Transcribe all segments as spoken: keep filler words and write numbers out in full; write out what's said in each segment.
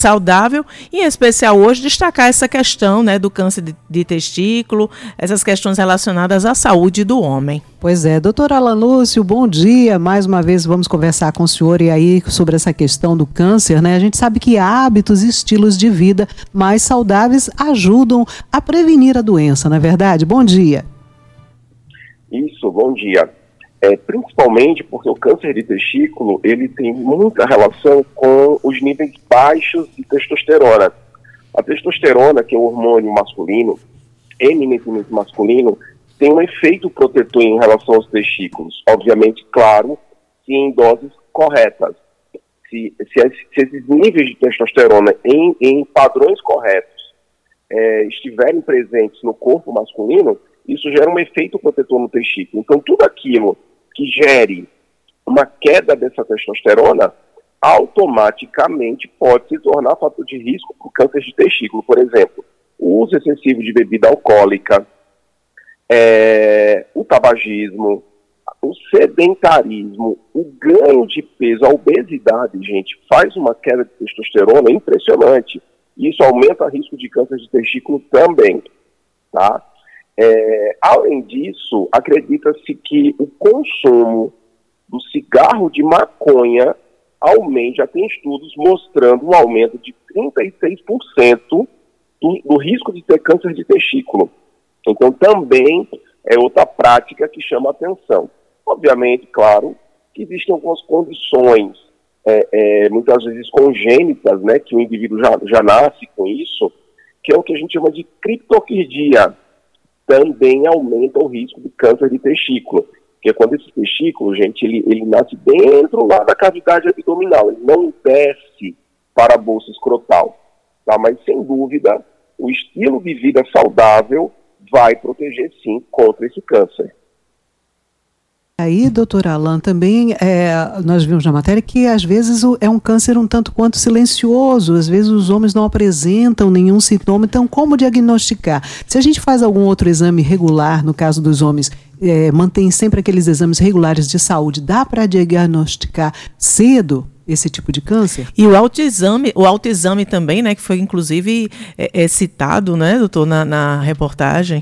saudável, e em especial hoje destacar essa questão, né, do câncer de, de testículo, essas questões relacionadas à saúde do homem. Pois é, doutor Alan Lúcio, bom dia. Mais uma vez vamos conversar com o senhor e aí sobre essa questão do câncer, né? A gente sabe que hábitos e estilos de vida mais saudáveis ajudam a prevenir a doença, não é verdade? Bom dia. Isso, bom dia. É, principalmente porque o câncer de testículo, ele tem muita relação com os níveis baixos de testosterona. A testosterona, que é o hormônio masculino, eminentemente masculino, tem um efeito protetor em relação aos testículos. Obviamente, claro, se em doses corretas. Se, se, se esses níveis de testosterona em, em padrões corretos é, estiverem presentes no corpo masculino, isso gera um efeito protetor no testículo. Então, tudo aquilo que gere uma queda dessa testosterona, automaticamente pode se tornar fator de risco para o câncer de testículo. Por exemplo, o uso excessivo de bebida alcoólica, É, o tabagismo, o sedentarismo, o ganho de peso, a obesidade, gente, faz uma queda de testosterona impressionante. E isso aumenta o risco de câncer de testículo também, tá? É, além disso, acredita-se que o consumo do cigarro de maconha aumente, já tem estudos mostrando um aumento de trinta e seis por cento do, do risco de ter câncer de testículo. Então, também é outra prática que chama atenção. Obviamente, claro, que existem algumas condições, é, é, muitas vezes congênitas, né, que o indivíduo já, já nasce com isso, que é o que a gente chama de criptorquidia. Também aumenta o risco de câncer de testículo. Porque quando esse testículo, gente, ele, ele nasce dentro lá da cavidade abdominal, ele não desce para a bolsa escrotal. Tá? Mas, sem dúvida, o estilo de vida saudável vai proteger, sim, contra esse câncer. Aí, doutor Alan, também é, nós vimos na matéria que às vezes o, é um câncer um tanto quanto silencioso, às vezes os homens não apresentam nenhum sintoma, então como diagnosticar? Se a gente faz algum outro exame regular, no caso dos homens, é, mantém sempre aqueles exames regulares de saúde, dá para diagnosticar cedo esse tipo de câncer? E o autoexame, o autoexame também, né, que foi inclusive é, é citado, né, doutor, na, na reportagem.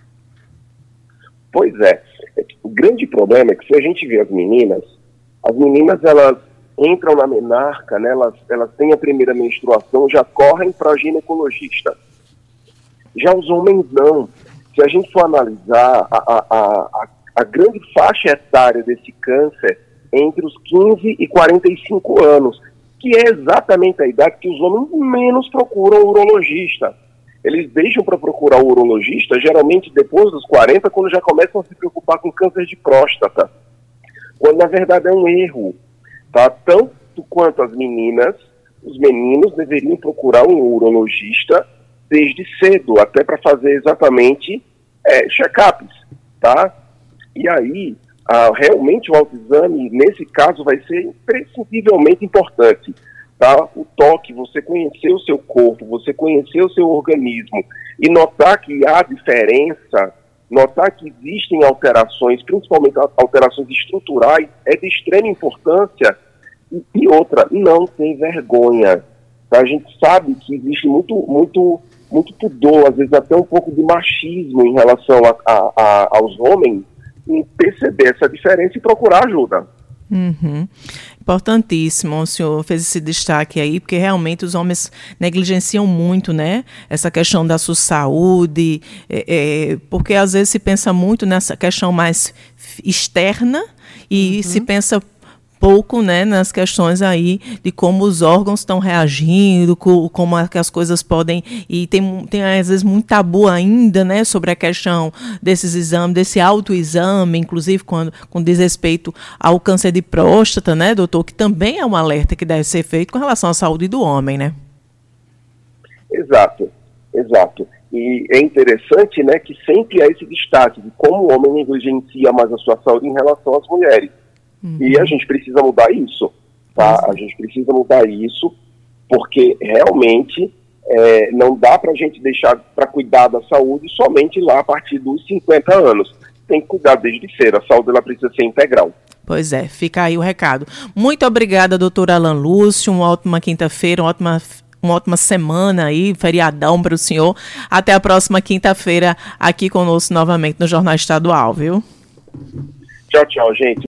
Pois é. O grande problema é que se a gente vê as meninas, as meninas, elas entram na menarca, né, elas, elas têm a primeira menstruação, já correm para ginecologista. Já os homens não. Se a gente for analisar a, a, a, a grande faixa etária desse câncer, entre os quinze e quarenta e cinco anos, que é exatamente a idade que os homens menos procuram o urologista. Eles deixam para procurar o urologista, geralmente depois dos quarenta, quando já começam a se preocupar com câncer de próstata. Quando, na verdade, é um erro. Tá? Tanto quanto as meninas, os meninos deveriam procurar um urologista desde cedo, até para fazer exatamente é, check-ups. Tá? E aí, Ah, realmente o autoexame, nesse caso, vai ser imprescindivelmente importante. Tá? O toque, você conhecer o seu corpo, você conhecer o seu organismo e notar que há diferença, notar que existem alterações, principalmente alterações estruturais, é de extrema importância. E, e outra, não tem vergonha. Tá? A gente sabe que existe muito, muito, muito pudor, às vezes até um pouco de machismo em relação a, a, a, aos homens, em perceber essa diferença e procurar ajuda. Uhum. Importantíssimo, o senhor fez esse destaque aí, porque realmente os homens negligenciam muito, né, essa questão da sua saúde, é, é, porque às vezes se pensa muito nessa questão mais externa e uhum. se pensa pouco, né, nas questões aí de como os órgãos estão reagindo, co, como é que as coisas podem, e tem, tem às vezes muito tabu ainda, né, sobre a questão desses exames, desse autoexame, inclusive quando, com diz respeito ao câncer de próstata, né, doutor, que também é um alerta que deve ser feito com relação à saúde do homem, né? Exato, exato. E é interessante, né, que sempre há esse destaque de como o homem negligencia mais a sua saúde em relação às mulheres. Uhum. E a gente precisa mudar isso, tá? Uhum. A gente precisa mudar isso, porque realmente é, não dá para a gente deixar para cuidar da saúde somente lá a partir dos cinquenta anos. Tem que cuidar desde cedo, a saúde ela precisa ser integral. Pois é, fica aí o recado. Muito obrigada, doutor Alan Lúcio, uma ótima quinta-feira, uma ótima uma ótima semana aí, feriadão para o senhor. Até a próxima quinta-feira aqui conosco novamente no Jornal Estadual, viu? Tchau, tchau, gente.